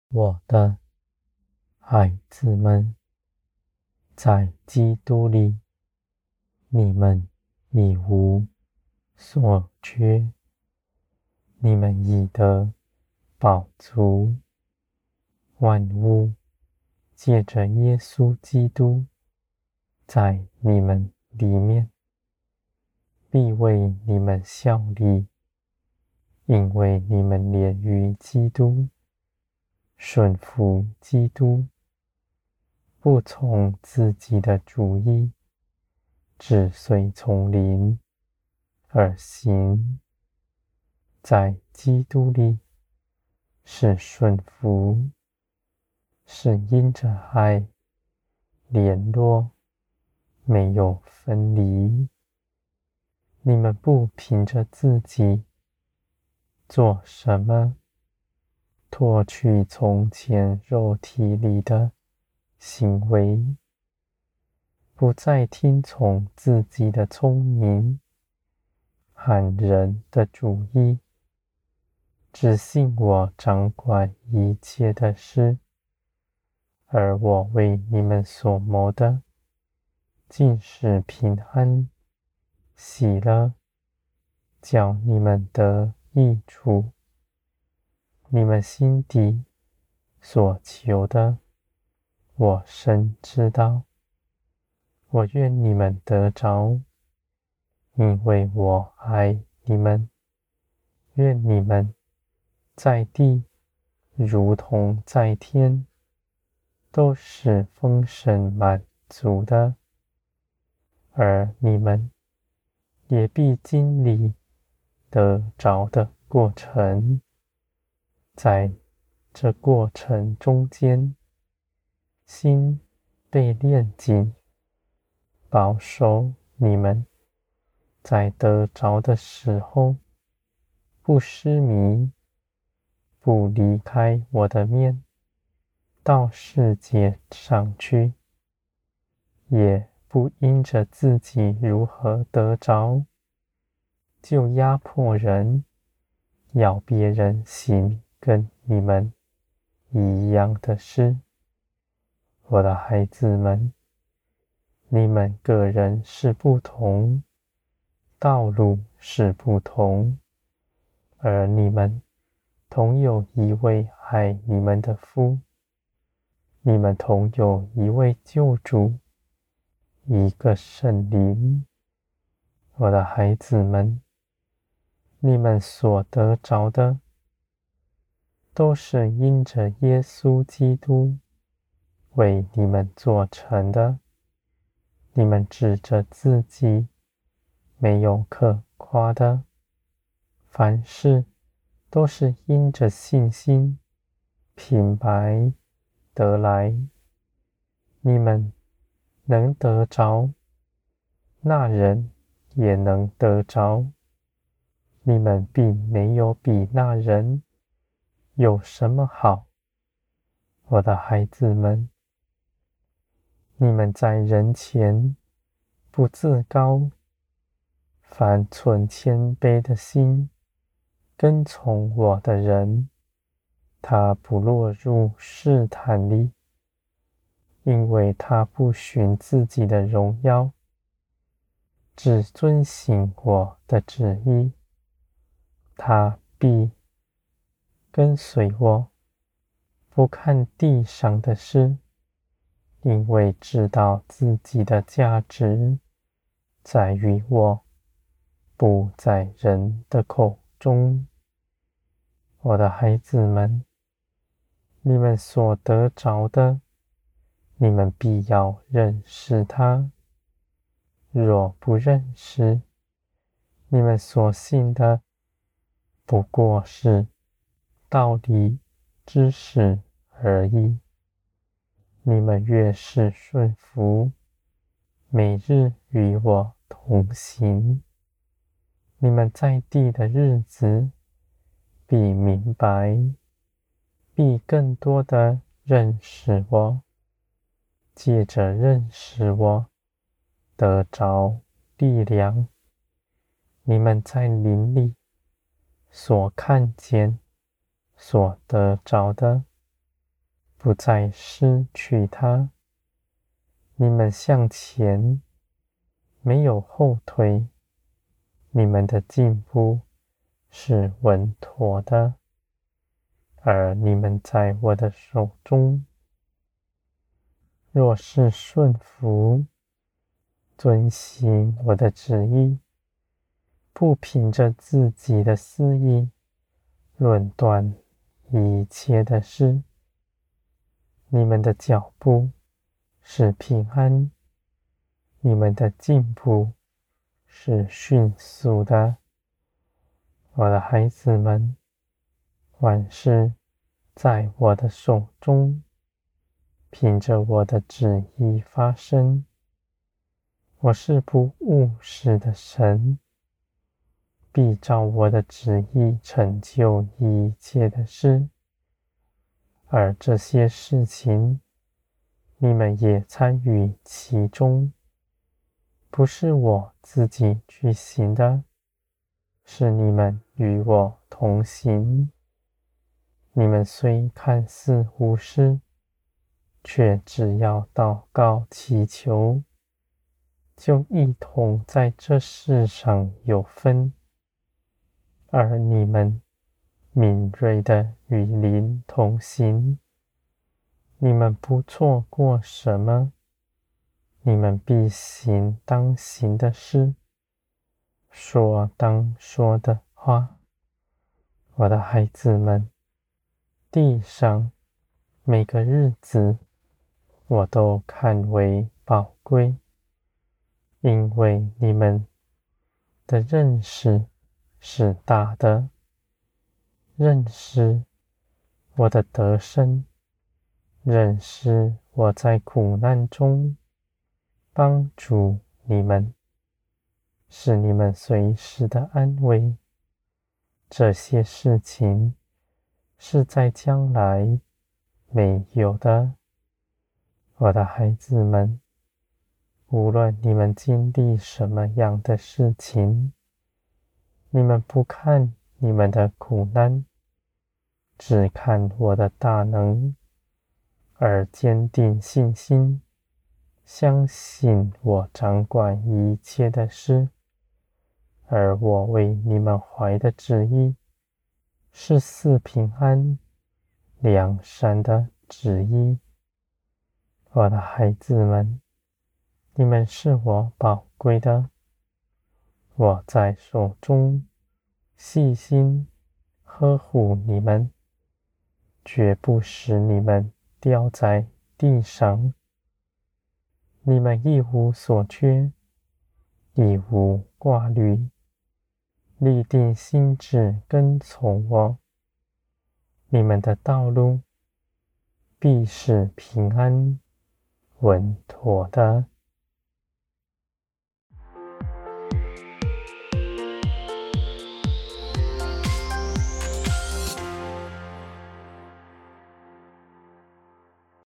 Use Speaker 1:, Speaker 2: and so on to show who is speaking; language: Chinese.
Speaker 1: 我的孩子们，在基督里，你们已无所缺，你们已得饱足。万物借着耶稣基督，在你们里面，必为你们效力，因为你们连于基督，顺服基督，不从自己的主意，只随从灵而行。在基督里是顺服，是因着爱联络，没有分离。你们不凭着自己做什么，脱去从前肉体里的行为，不再听从自己的聪明和人的主意，只信我掌管一切的事，而我为你们所谋的，尽是平安、喜乐，叫你们得益处。你们心底所求的，我深知道。我愿你们得着，因为我爱你们。愿你们在地如同在天，都是丰盛满足的，而你们也必经历得着的过程。在这过程中间，心被炼净，保守你们在得着的时候不失迷，不离开我的面，到世界上去，也不因着自己如何得着，就压迫人，要别人行跟你们一样的事。我的孩子们，你们个人是不同，道路是不同，而你们同有一位爱你们的父，你们同有一位救主，一个圣灵。我的孩子们，你们所得着的，都是因着耶稣基督为你们做成的。你们指着自己没有可夸的，凡事都是因着信心平白得来。你们能得着，那人也能得着。你们并没有比那人有什么好。我的孩子们，你们在人前不自高，凡存谦卑的心，跟从我的人，他不落入试探里，因为他不寻自己的荣耀，只遵行我的旨意，他必跟随我，不看地上的事，因为知道自己的价值在于我，不在人的口中。我的孩子们，你们所得着的，你们必要认识他。若不认识，你们所信的不过是道理知识而已。你们越是顺服，每日与我同行，你们在地的日子必明白，必更多的认识我，借着认识我，得着力量。你们在灵里所看见、所得着的， 不再失去它。你们向前，没有后退，你们的进步是稳妥的，而你们在我的手中。若是顺服，遵行我的旨意，不凭着自己的私意论断一切的事，你们的脚步是平安，你们的进步是迅速的。我的孩子们，万事在我的手中，凭着我的旨意发生。我是不误事的神，必照我的旨意成就一切的事。而这些事情，你们也参与其中，不是我自己去行的，是你们与我同行。你们虽看似无事，却只要祷告祈求，就一同在这世上有分。而你们敏锐的与灵同行，你们不错过什么，你们必行当行的事，说当说的话。我的孩子们，地上每个日子我都看为宝贵，因为你们的认识是大的，认识我的得胜，认识我在苦难中帮助你们，是你们随时的安慰。这些事情是在将来没有的。我的孩子们，无论你们经历什么样的事情，你们不看你们的苦难，只看我的大能，而坚定信心，相信我掌管一切的事。而我为你们怀的旨意，是赐平安、良善的旨意。我的孩子们，你们是我宝贵的，我在手中细心呵护你们，绝不使你们掉在地上。你们一无所缺，一无挂虑，立定心志跟从我，你们的道路必是平安稳妥的。